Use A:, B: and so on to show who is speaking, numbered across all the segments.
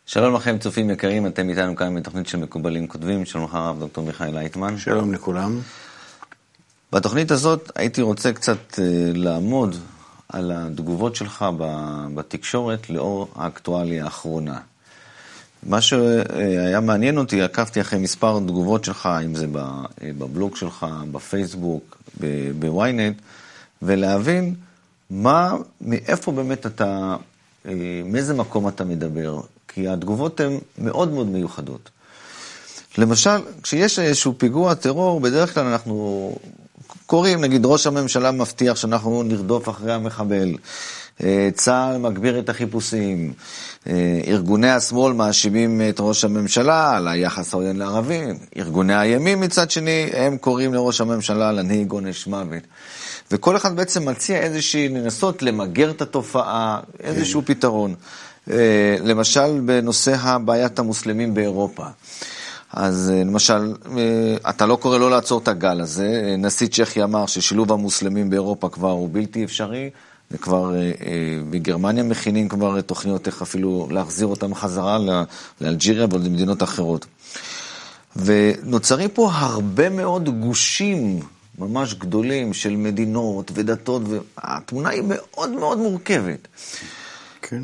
A: שלום לכם צופים יקרים, אתם איתנו כאן בתוכנית של מקובלים כותבים. שלום לך הרב דוקטור מיכאל לייטמן.
B: שלום לכולם.
A: בתוכנית הזאת הייתי רוצה קצת לעמוד על התגובות שלך בתקשורת לאור האקטואליה האחרונה. מה שהיה מעניין אותי, עקבתי אחרי מספר תגובות שלך, אם זה בבלוג שלך, בפייסבוק, בוויינט, ולהבין מאיפה באמת אתה, מאיזה מקום אתה מדבר. כי התגובות הן מאוד מאוד מיוחדות. למשל, כשיש איזשהו פיגוע טרור, בדרך כלל אנחנו קוראים, נגיד ראש הממשלה מבטיח שאנחנו נרדוף אחרי המחבל, צה"ל מגביר את החיפושים, ארגוני השמאל מאשימים את ראש הממשלה על היחס העוין לערבים, ארגוני הימין מצד שני, הם קוראים לראש הממשלה להנהיג עונש מוות. וכל אחד בעצם מציע איזושהי לנסות למגר את התופעה, איזשהו פתרון. למשל בנושא הבעיית המוסלמים באירופה. אז למשל, אתה לא קורא לא לעצור את הגל הזה. נשיא צ'כיה אמר ששילוב המוסלמים באירופה כבר הוא בלתי אפשרי, וכבר בגרמניה מכינים כבר תוכניות איך אפילו להחזיר אותם חזרה לאלג'יריה ולמדינות אחרות. ונוצרים פה הרבה מאוד גושים ממש גדולים של מדינות ודתות, והתמונה היא מאוד מאוד מורכבת.
B: כן.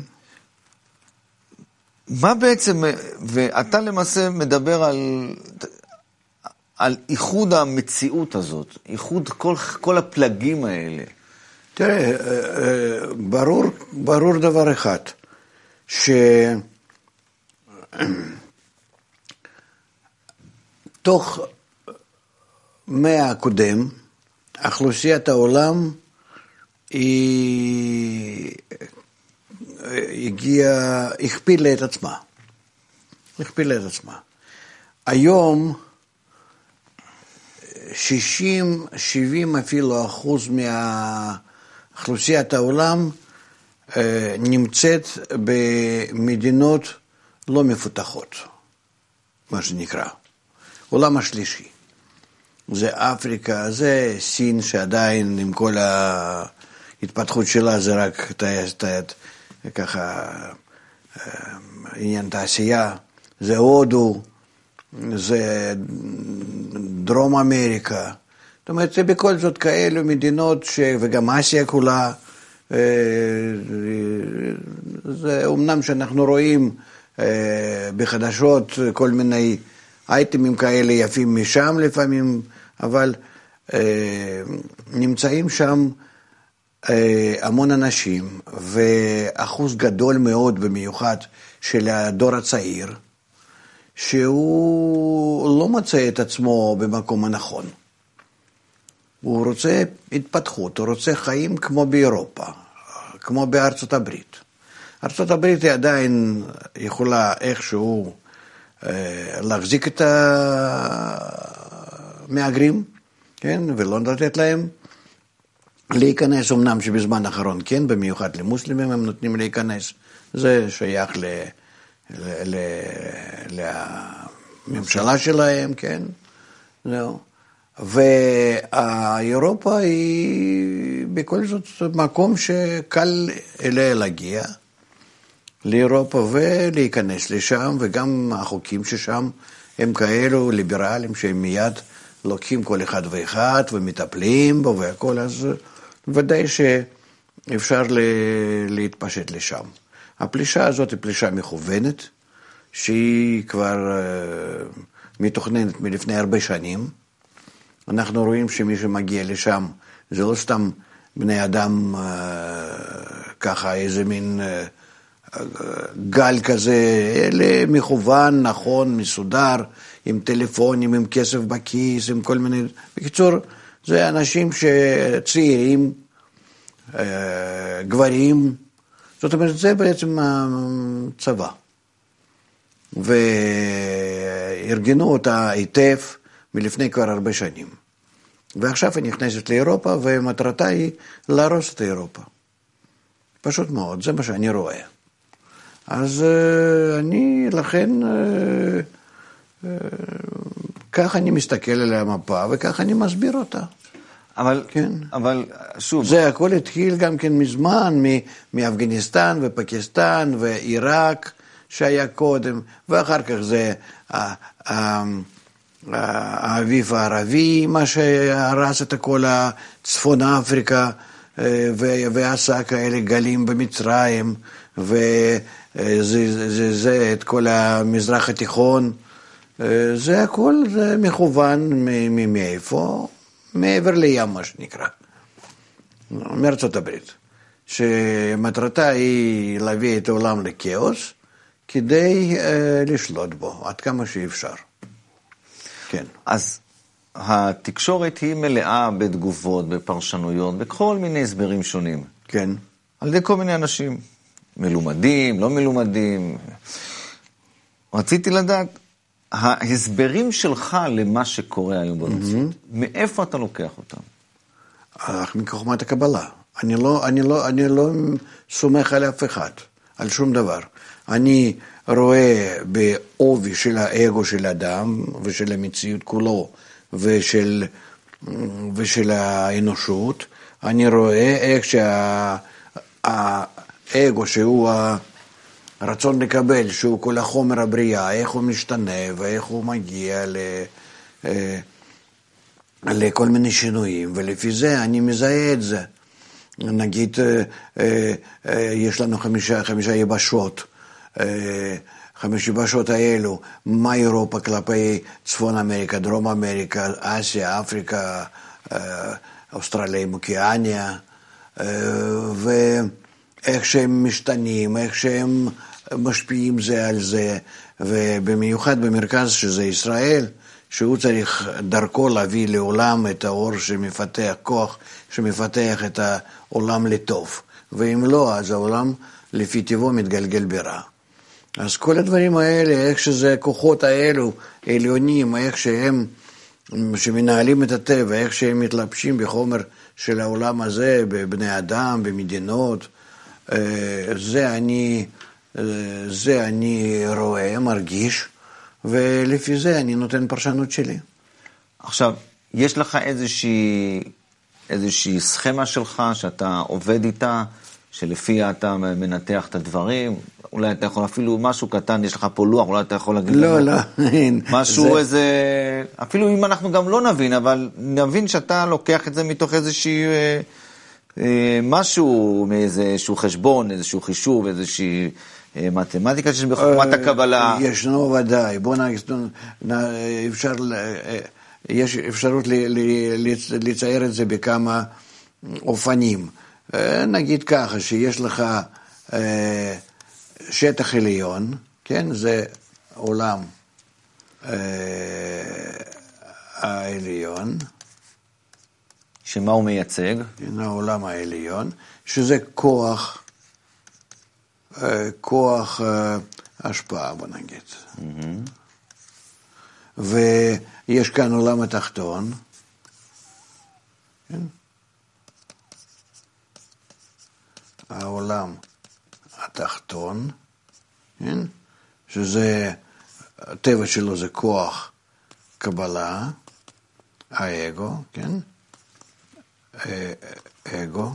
A: מה בעצם, ואתה למעשה מדבר על איחוד המציאות הזאת, איחוד כל הפלגים האלה.
B: תראה, ברור דבר אחד, שתוך מאה הקודם, אוכלוסיית העולם היא הכפילה את עצמה. היום 60-70 אפילו אחוז מהאוכלוסיית העולם נמצאת במדינות לא מפותחות, מה שנקרא, עולם השלישי. זה אפריקה, זה סין שעדיין עם כל ההתפתחות שלה זה רק ככה עניין תעשייה, זה הודו, זה דרום אמריקה, זאת אומרת זה בכל זאת כאלו מדינות וגם אסיה כולה, זה אומנם שאנחנו רואים בחדשות כל מיני אייטמים כאלה יפים משם לפעמים, אבל נמצאים שם המון אנשים, ואחוז גדול מאוד במיוחד של הדור הצעיר, שהוא לא מצא את עצמו במקום הנכון. הוא רוצה התפתחות, הוא רוצה חיים כמו באירופה, כמו בארצות הברית. ארצות הברית היא עדיין יכולה איכשהו להחזיק את המהגרים, כן? ולא לתת להם להיכנס, אמנם שבזמן האחרון, כן, במיוחד למוסלמים הם נותנים להיכנס, זה שייך לממשלה שלהם, כן, זהו. ואירופה היא בכל זאת מקום שקל אליה להגיע לאירופה ולהיכנס לשם, וגם החוקים ששם הם כאלו ליברליים שהם מיד לוקחים כל אחד ואחד ומטפלים בו והכל, אז ודאי שאפשר להתפשט לשם. הפלישה הזאת היא פלישה מכוונת, שהיא כבר מתוכננת מלפני הרבה שנים. אנחנו רואים שמי שמגיע לשם, זה לא סתם בני אדם ככה איזה מין גל כזה, אלה מכוון, נכון, מסודר, עם טלפונים, עם כסף בכיס, עם כל מיני, בקיצור, זה אנשים שצעירים, גברים, זאת אומרת, זה בעצם הצבא. וארגנו אותה היטב מלפני כבר הרבה שנים. ועכשיו היא נכנסת לאירופה, ומטרתה היא להרוס את אירופה. פשוט מאוד, זה מה שאני רואה. אז אני לכן, כך אני מסתכל על המפה, וכך אני מסביר אותה.
A: אבל,
B: כן.
A: אבל שוב...
B: זה הכל התחיל גם כן מזמן, מאפגניסטן ופקיסטן ועיראק, שהיה קודם, ואחר כך זה האביב הערבי, מה שהרס את כל צפון אפריקה, ועשה כאלה גלים במצרים, וזה את כל המזרח התיכון, זה הכל זה מכוון מאיפה? מעבר לים, מה שנקרא, מארצות הברית, שמטרתה היא להביא את העולם לכאוס, כדי לשלוט בו, עד כמה שאפשר. כן.
A: אז התקשורת היא מלאה בתגובות, בפרשנויות, בכל מיני הסברים שונים.
B: כן.
A: על ידי כל מיני אנשים, מלומדים, לא מלומדים. רציתי לדעת, ההסברים שלך למה שקורה היום במציאות, מאיפה אתה לוקח אותם?
B: מחוכמת הקבלה. אני לא סומך על אף אחד, על שום דבר. אני רואה בעובי של האגו של האדם ושל המציאות כולו ושל האנושות, אני רואה איך שהאגו שהוא הרצון לקבל, שהוא כל החומר הבריאה, איך הוא משתנה ואיך הוא מגיע לכל מיני שינויים, ולפי זה אני מזהה את זה. נגיד, יש לנו חמישה יבשות, 5 יבשות האלו, מה אירופה כלפי צפון אמריקה, דרום אמריקה, אסיה, אפריקה, אוסטרליה, אוקיאניה, ואיך שהם משתנים, איך שהם משפיעים זה על זה, ובמיוחד במרכז שזה ישראל, שהוא צריך דרכו להביא לעולם את האור שמפתח, כוח שמפתח את העולם לטוב, ואם לא, אז העולם לפי טבעו מתגלגל ברע. אז כל הדברים האלה, איך שזה כוחות האלו, עליונים, איך שהם שמנהלים את הטבע, איך שהם מתלבשים בחומר של העולם הזה, בבני אדם, במדינות, זה אני רואה, מרגיש, ולפי זה אני נותן פרשנות שלי.
A: עכשיו, יש לך איזושהי סכמה שלך שאתה עובד איתה, שלפיה אתה מנתח את הדברים, אולי אתה יכול אפילו משהו קטן, יש לך פה לוח, אולי אתה יכול להגיד
B: לא,
A: אין. משהו איזה, אפילו אם אנחנו גם לא נבין, אבל נבין שאתה לוקח את זה מתוך איזושהי, משהו, מאיזשהו חשבון, איזשהו חישוב, איזושהי מתמטיקה שיש בחוכמת הקבלה.
B: ישנו ודאי, בוא נגיד, יש אפשרות לצייר את זה בכמה אופנים. נגיד ככה, שיש לך שטח עליון, כן, זה עולם העליון.
A: שמה הוא מייצג?
B: כן, העולם העליון, שזה כוח השפעה, בוא נגיד. ויש כאן עולם התחתון, כן? העולם התחתון, כן? שזה, הטבע שלו זה כוח קבלה, האגו, כן? אגו.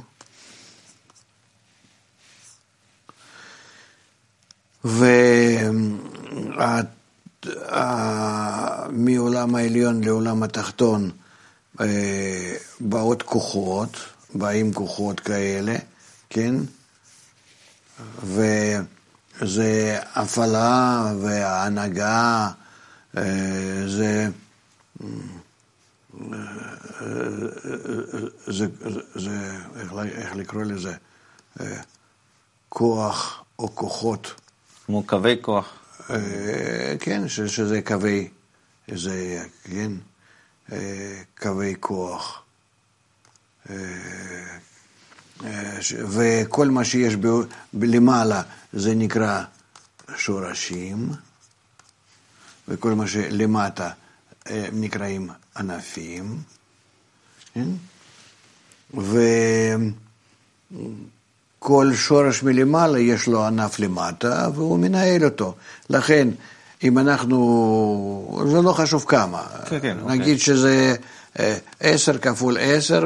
B: ומעולם העליון לעולם התחתון באים כוחות כאלה, כן? וזה הפעלה וההנהגה, זה איך לקרוא לזה? כוח או כוחות.
A: כמו קווי כוח.
B: כן, שזה קווי, זה, כן, קווי כוח. וכל מה שיש למעלה זה נקרא שורשים, וכל מה שלמטה נקראים ענפים, כן? וכל שורש מלמעלה יש לו ענף למטה, והוא מנהל אותו. לכן, אם אנחנו, זה לא חשוב כמה,
A: כן,
B: נגיד שזה 10 כפול 10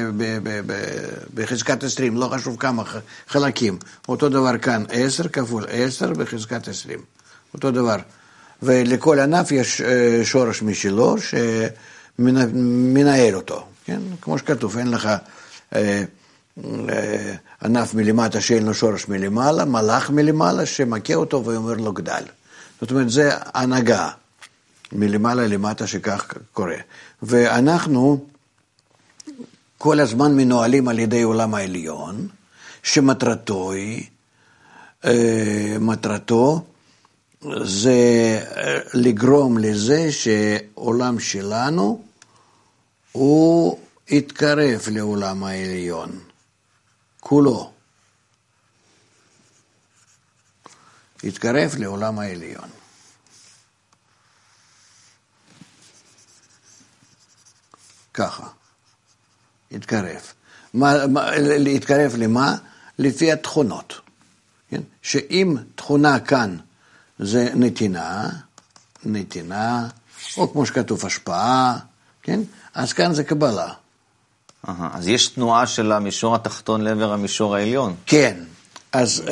B: בחזקת 20, לא חשוב כמה חלקים. אותו דבר כאן, 10 כפול 10 בחזקת 20. אותו דבר. ולכל ענף יש שורש משלו שמנהל אותו. כן? כמו שכתוב, אין לך ענף מלמטה שאין לו שורש מלמעלה, מלאך מלמעלה שמכה אותו ואומר לו גדל. זאת אומרת, זה הנהגה מלמעלה למטה שכך קורה. ואנחנו כל הזמן מנוהלים על ידי עולם העליון, שמטרתו זה לגרום לזה שעולם שלנו הוא יתקרב לעולם העליון, כולו. יתקרב לעולם העליון. ככה, יתקרב. להתקרב למה? לפי התכונות. כן? שאם תכונה כאן זה נתינה, או כמו שכתוב השפעה, כן? אז כאן זה קבלה.
A: אז יש תנועה של המישור התחתון לעבר המישור העליון.
B: כן, אז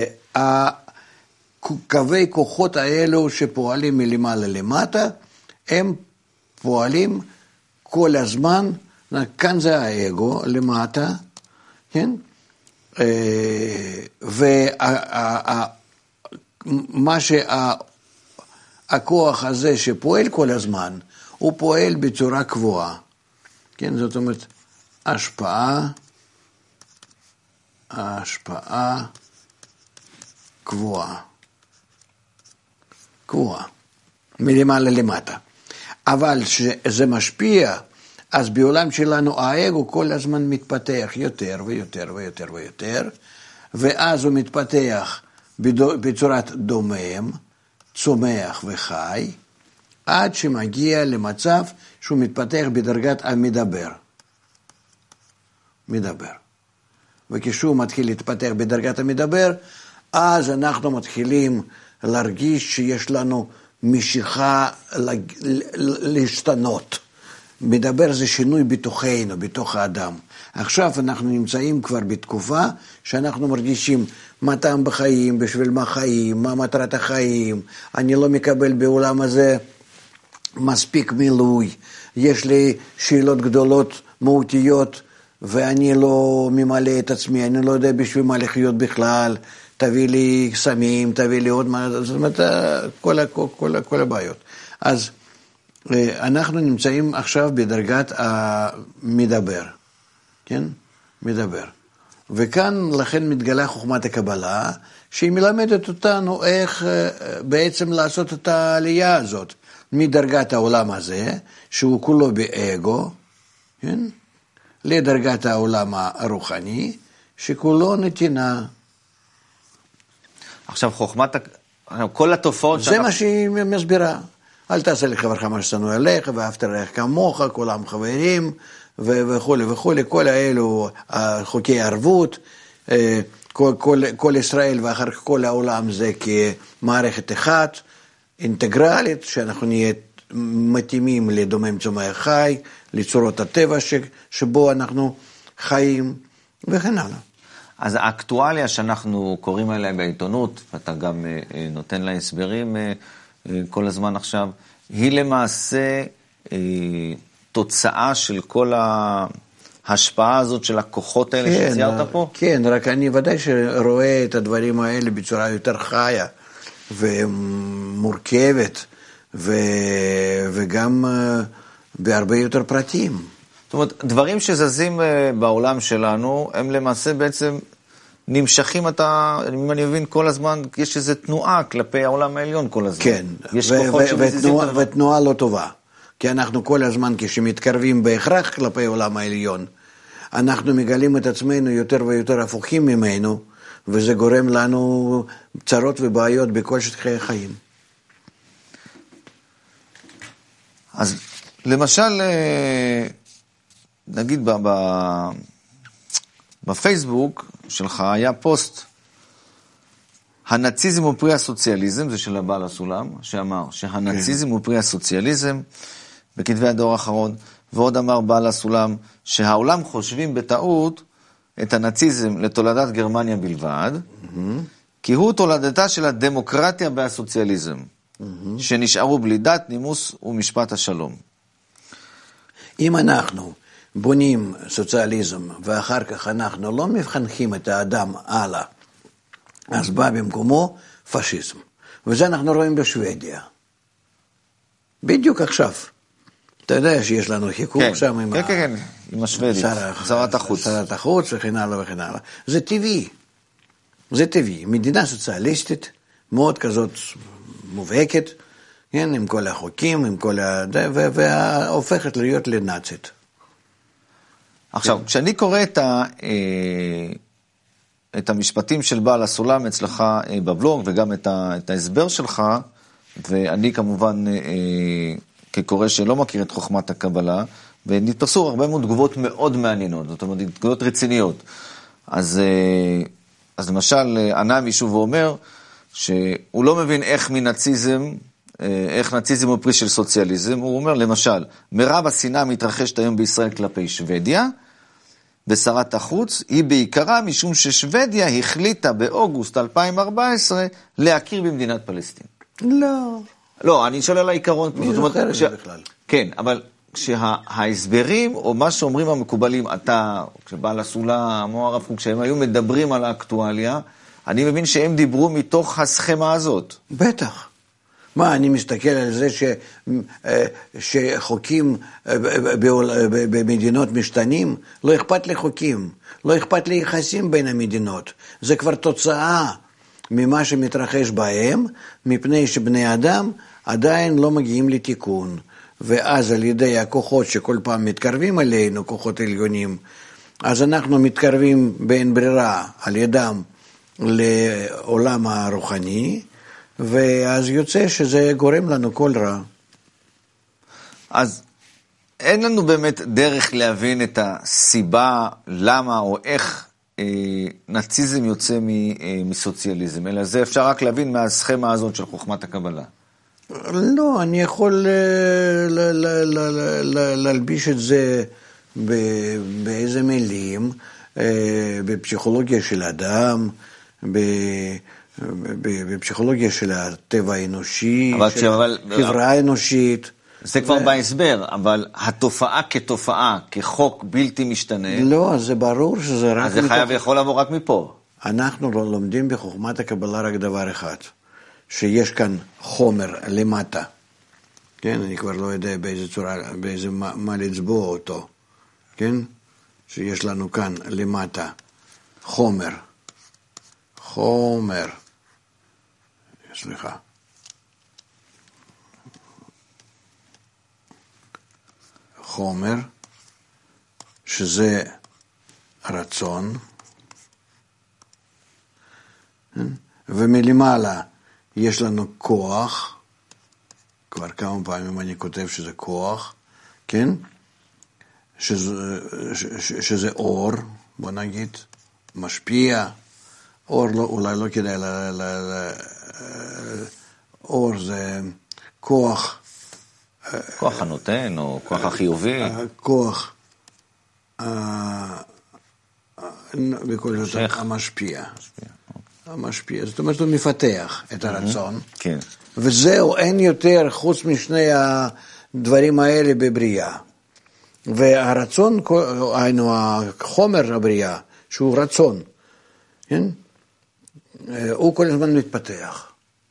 B: קווי כוחות האלו שפועלים מלמעלה למטה, הם פועלים כל הזמן, כאן זה האגו למטה, כן? ומה שהכוח הזה שפועל כל הזמן, הוא פועל בצורה קבועה, כן? זאת אומרת, השפעה קבועה, מלמעלה למטה. אבל שזה משפיע, אז בעולם שלנו האגו כל הזמן מתפתח יותר ויותר ויותר ויותר, ואז הוא מתפתח בצורת דומם, צומח וחי, עד שמגיע למצב שהוא מתפתח בדרגת המדבר. וכשהוא מתחיל להתפתח בדרגת המדבר, אז אנחנו מתחילים להרגיש שיש לנו משיכה להשתנות. מדבר זה שינוי בתוכנו, בתוך האדם. עכשיו אנחנו נמצאים כבר בתקופה שאנחנו מרגישים מה טעם בחיים, בשביל מה חיים, מה מטרת החיים, אני לא מקבל בעולם הזה מספיק מילוי, יש לי שאלות גדולות, מהותיות, ואני לא ממלא את עצמי, אני לא יודע בשביל מה לחיות בכלל, תביא לי סמים, תביא לי עוד מה, זאת אומרת, כל הבעיות. אז אנחנו נמצאים עכשיו בדרגת המדבר, כן? מדבר. וכאן לכן מתגלה חוכמת הקבלה, שהיא מלמדת אותנו איך בעצם לעשות את העלייה הזאת, מדרגת העולם הזה, שהוא כולו באגו, כן? לדרגת העולם הרוחני, שכולו נתינה.
A: עכשיו כל התופעות...
B: זה מה שהיא מסבירה. אל תעשה לחברך מה ששנוא עליך, ואהבת לרעך כמוך, כולם חברים, וכו' וכו', כל האלו חוקי ערבות, כל ישראל ואחר כך כל העולם זה כמערכת אחת, אינטגרלית, שאנחנו נהיה מתאימים לדומם צומח חי, לצורות הטבע שבו אנחנו חיים, וכן הלאה.
A: אז האקטואליה שאנחנו קוראים עליה בעיתונות, ואתה גם נותן לה הסברים כל הזמן עכשיו, היא למעשה תוצאה של כל ההשפעה הזאת של הכוחות האלה שציירת פה?
B: כן, רק אני ודאי שרואה את הדברים האלה בצורה יותר חיה ומורכבת, וגם בהרבה יותר פרטים.
A: זאת אומרת, דברים שזזים בעולם שלנו, הם למעשה בעצם נמשכים, אם אני מבין, כל הזמן, יש איזו תנועה כלפי העולם העליון כל הזמן.
B: כן, ותנועה לא טובה. כי אנחנו כל הזמן, כשמתקרבים בהכרח כלפי העולם העליון, אנחנו מגלים את עצמנו יותר ויותר הפוכים ממנו, וזה גורם לנו צרות ובעיות בכל שטחי החיים.
A: אז למשל, נגיד בפייסבוק שלך היה פוסט, הנאציזם הוא פרי הסוציאליזם, זה של הבעל הסולם, שאמר שהנאציזם הוא פרי הסוציאליזם, בכתבי הדור האחרון, ועוד אמר בעל הסולם, שהעולם חושבים בטעות את הנאציזם לתולדת גרמניה בלבד, כי הוא תולדתה של הדמוקרטיה והסוציאליזם, שנשארו בלי דת, נימוס ומשפט השלום.
B: אם אנחנו בונים סוציאליזם, ואחר כך אנחנו לא מחנכים את האדם הלאה, אז בא במקומו פשיזם. וזה אנחנו רואים בשוודיה. בדיוק עכשיו. אתה יודע שיש לנו חיכוך שם עם
A: עם השוודית, שרת החוץ.
B: שרת החוץ וכן הלאה וכן הלאה. זה טבעי. זה טבעי. מדינה סוציאליסטית, מאוד כזאת מובהקת, כן, עם כל החוקים, עם כל והופכת להיות לנאצית.
A: עכשיו, כשאני קורא את המשפטים של בעל הסולם אצלך בבלוג, וגם את ההסבר שלך, ואני כמובן כקורא שלא מכיר את חוכמת הקבלה, ונתפסו הרבה מאוד תגובות מאוד מעניינות, זאת אומרת, תגובות רציניות. אז למשל, ענה מישהו ואומר, שהוא לא מבין איך נאציזם הוא פרי של סוציאליזם. הוא אומר, למשל, מרב השנאה מתרחשת היום בישראל כלפי שוודיה, ושרת החוץ היא בעיקרה משום ששוודיה החליטה באוגוסט 2014 להכיר במדינת פלסטין. לא, אני שואל על העיקרון.
B: מי זוכר את זה בכלל?
A: כן, אבל כשההסברים, או מה שאומרים המקובלים, כשבעל הסולם, או הרב קוק, כשהם היו מדברים על האקטואליה, אני מבין שהם דיברו מתוך הסכמה הזאת.
B: בטח. מה, אני מסתכל על זה שחוקים במדינות משתנים? לא אכפת לי חוקים, לא אכפת לי יחסים בין המדינות. זה כבר תוצאה ממה שמתרחש בהם, מפני שבני אדם עדיין לא מגיעים לתיקון. ואז על ידי הכוחות שכל פעם מתקרבים עלינו, כוחות עליונים, אז אנחנו מתקרבים באין ברירה על ידם לעולם הרוחני, ואז יוצא שזה גורם לנו כל רע.
A: אז אין לנו באמת דרך להבין את הסיבה, למה או איך נאציזם יוצא מסוציאליזם, אלא זה אפשר רק להבין מהסכמה הזאת של חוכמת הקבלה.
B: לא, אני יכול להלביש את זה באיזה מילים, בפסיכולוגיה של אדם, בפסיכולוגיה של הטבע האנושי, של חברה האנושית.
A: זה כבר בהסבר, אבל התופעה כתופעה, כחוק בלתי משתנה.
B: לא, זה ברור שזה רק...
A: אז זה חייב יכול לבוא רק מפה.
B: אנחנו לומדים בחוכמת הקבלה רק דבר אחד, שיש כאן חומר למטה. כן, אני כבר לא יודע באיזה צורה, באיזה מה לצבוע אותו. כן? שיש לנו כאן למטה חומר. סליחה. חומר, שזה רצון, ומלמעלה יש לנו כוח, כבר כמה פעמים אני כותב שזה כוח, כן? שזה אור, בוא נגיד, משפיע, אור לא, אולי לא כדאי, אור זה כוח.
A: כוח הנותן או כוח החיובי?
B: כוח, בכל זאת המשפיע. המשפיע, זאת אומרת הוא מפתח את הרצון.
A: כן.
B: וזהו, אין יותר חוץ משני הדברים האלה בבריאה. והרצון, היינו החומר הבריאה, שהוא רצון, כן? הוא כל הזמן מתפתח.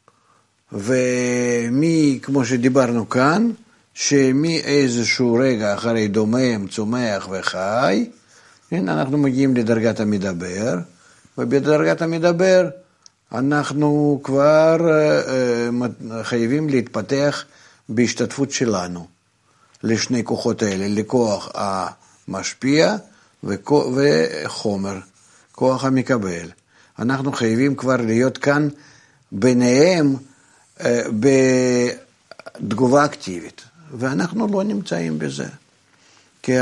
B: כמו שדיברנו כאן, שמאיזשהו רגע אחרי דומם, צומח וחי, כן? אנחנו מגיעים לדרגת המדבר, ובדרגת המדבר אנחנו כבר חייבים להתפתח בהשתתפות שלנו לשני כוחות האלה, לכוח המשפיע וחומר, כוח המקבל. אנחנו חייבים כבר להיות כאן ביניהם בתגובה אקטיבית, ואנחנו לא נמצאים בזה, כי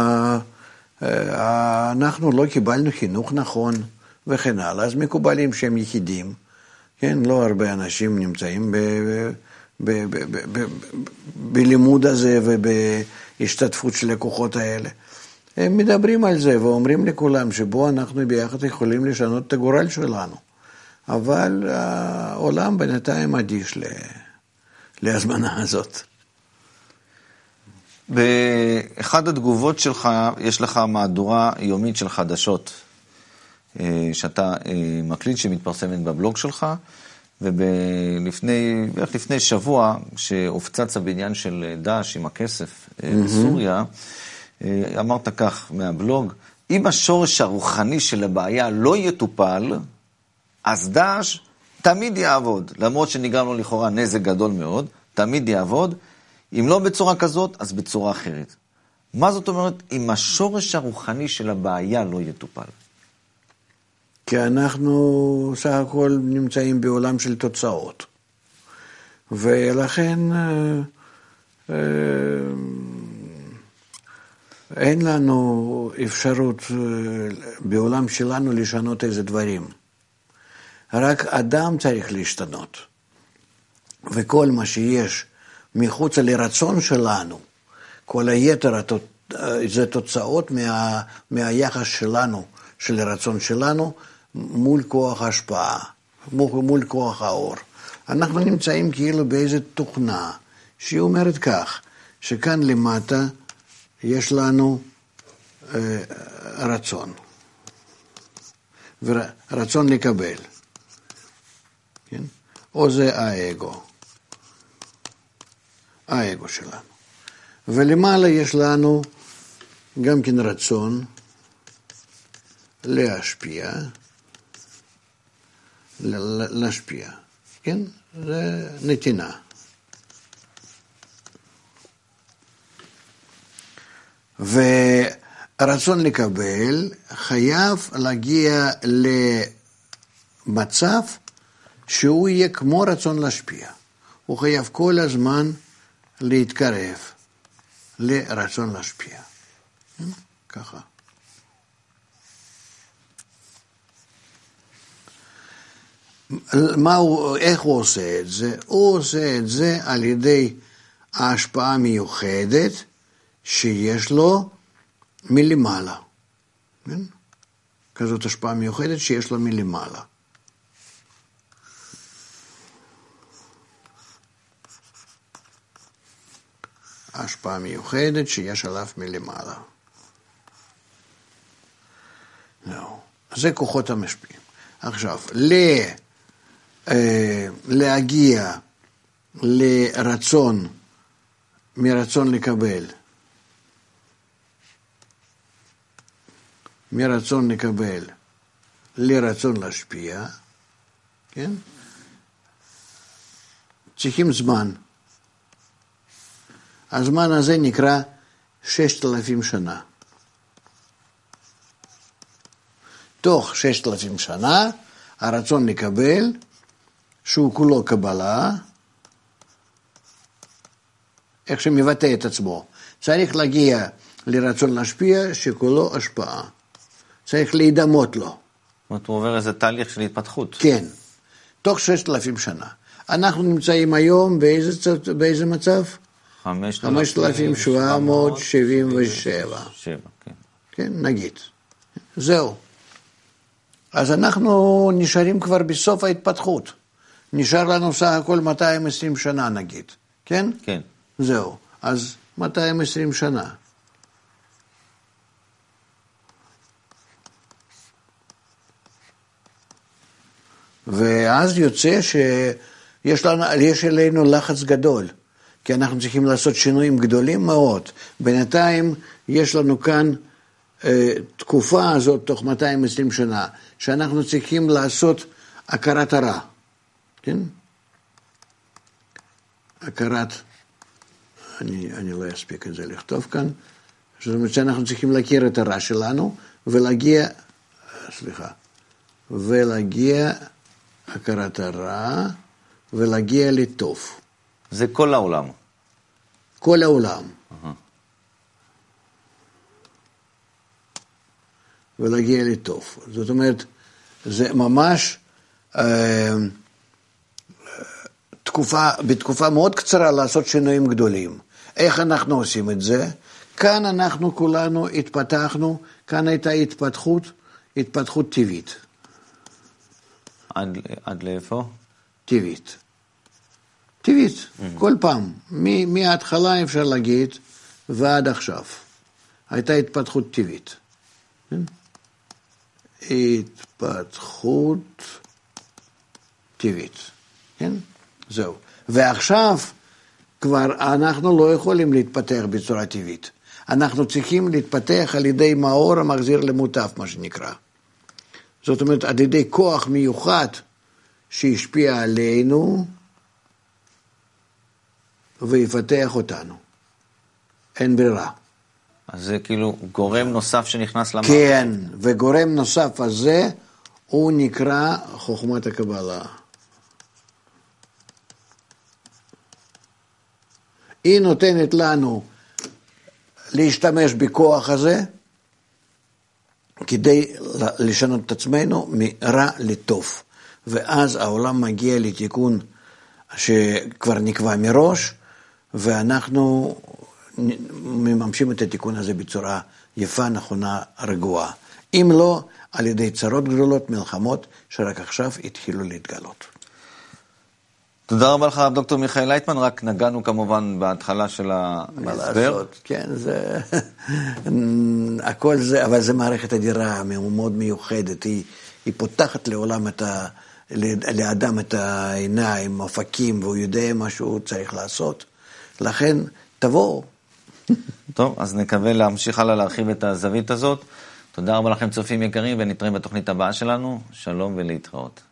B: אנחנו לא קיבלנו חינוך נכון וכן הלאה, אז מקובלים שהם יחידים, כן? לא הרבה אנשים נמצאים בלימוד הזה ובהשתתפות של הכוחות האלה. הם מדברים על זה ואומרים לכולם שבו אנחנו ביחד יכולים לשנות את הגורל שלנו. אבל העולם בינתיים אדיש להזמנה הזאת.
A: באחד התגובות שלך, יש לך מהדורה יומית של חדשות, שאתה מקליט שמתפרסמת בבלוג שלך, ולפני שבוע, שהופצץ הבניין של דאעש עם הכסף בסוריה, אמרת כך מהבלוג, אם השורש הרוחני של הבעיה לא יטופל, אז דאעש תמיד יעבוד, למרות שנגרם לו לכאורה נזק גדול מאוד, תמיד יעבוד, אם לא בצורה כזאת, אז בצורה אחרת. מה זאת אומרת, אם השורש הרוחני של הבעיה לא יטופל?
B: כי אנחנו סך הכל נמצאים בעולם של תוצאות. ולכן אין לנו אפשרות בעולם שלנו לשנות איזה דברים. רק אדם צריך להשתנות. וכל מה שיש מחוץ לרצון שלנו, כל היתר זה תוצאות מהיחס שלנו, של הרצון שלנו, מול כוח ההשפעה, מול כוח האור. אנחנו נמצאים כאילו באיזו תוכנה, שהיא אומרת כך, שכאן למטה יש לנו רצון, ורצון לקבל, כן? או זה האגו שלנו. ולמעלה יש לנו גם כן רצון להשפיע, להשפיע, כן? זה נתינה. ורצון לקבל חייב להגיע למצב שהוא יהיה כמו רצון להשפיע. הוא חייב כל הזמן להתקרב לרצון להשפיע. ככה. איך הוא עושה את זה? הוא עושה את זה על ידי ההשפעה מיוחדת שיש לו מלמעלה. כזאת השפעה מיוחדת שיש לו מלמעלה. השפעה מיוחדת שיש עליו מלמעלה. זה כוחות המשפיעים. עכשיו, להגיע לרצון, מרצון לקבל, מרצון לקבל לרצון להשפיע, כן? צריכים זמן. הזמן הזה נקרא 6,000 שנה. תוך 6,000 שנה, הרצון לקבל, שהוא כולו קבלה, איך שמבטא את עצמו, צריך להגיע לרצון להשפיע, שכולו השפעה. צריך להידמות לו.
A: זאת אומרת, הוא עובר איזה תהליך של התפתחות.
B: כן, תוך 6,000 שנה. אנחנו נמצאים היום באיזה מצב? 5,777. כן, נגיד. זהו. אז אנחנו נשארים כבר בסוף ההתפתחות. נשאר לנו סך הכל 220 שנה נגיד. כן?
A: כן.
B: זהו. אז 220 שנה. ואז יוצא שיש עלינו לחץ גדול. כי אנחנו צריכים לעשות שינויים גדולים מאוד. בינתיים יש לנו כאן תקופה הזאת, תוך 220 שנה, שאנחנו צריכים לעשות הכרת הרע. כן? הכרת, אני לא אספיק את זה לכתוב כאן, זאת אומרת שאנחנו צריכים להכיר את הרע שלנו, ולהגיע הכרת הרע, ולהגיע לטוב.
A: זה כל העולם.
B: כל העולם. ולהגיע לטוב. זאת אומרת, זה ממש בתקופה מאוד קצרה לעשות שינויים גדולים. איך אנחנו עושים את זה? כאן אנחנו כולנו התפתחנו, כאן הייתה התפתחות טבעית.
A: עד לאיפה?
B: טבעית. טבעית, כל פעם. מההתחלה אפשר להגיד, ועד עכשיו. הייתה התפתחות טבעית. התפתחות טבעית. כן? זהו. ועכשיו כבר אנחנו לא יכולים להתפתח בצורה טבעית. אנחנו צריכים להתפתח על ידי מאור המחזיר למוטף, מה שנקרא. זאת אומרת, על ידי כוח מיוחד שהשפיע עלינו ויפתח אותנו. אין ברירה.
A: אז זה כאילו גורם נוסף שנכנס למערכת.
B: כן, וגורם נוסף הזה הוא נקרא חוכמת הקבלה. היא נותנת לנו להשתמש בכוח הזה כדי לשנות את עצמנו מרע לטוב. ואז העולם מגיע לתיקון שכבר נקבע מראש, ואנחנו מממשים את התיקון הזה בצורה יפה, נכונה, רגועה. אם לא, על ידי צרות גדולות, מלחמות, שרק עכשיו התחילו להתגלות.
A: תודה רבה לך, דוקטור מיכאל לייטמן, רק נגענו כמובן בהתחלה של ההסבר.
B: כן, זה, הכל זה, אבל זה מערכת אדירה, מאוד מיוחדת, היא פותחת לעולם לאדם את העיניים, אופקים, והוא יודע מה שהוא צריך לעשות. לכן, תבואו.
A: טוב, אז נקווה להמשיך הלאה להרחיב את הזווית הזאת. תודה רבה לכם צופים יקרים, ונתראה בתוכנית הבאה שלנו. שלום ולהתראות.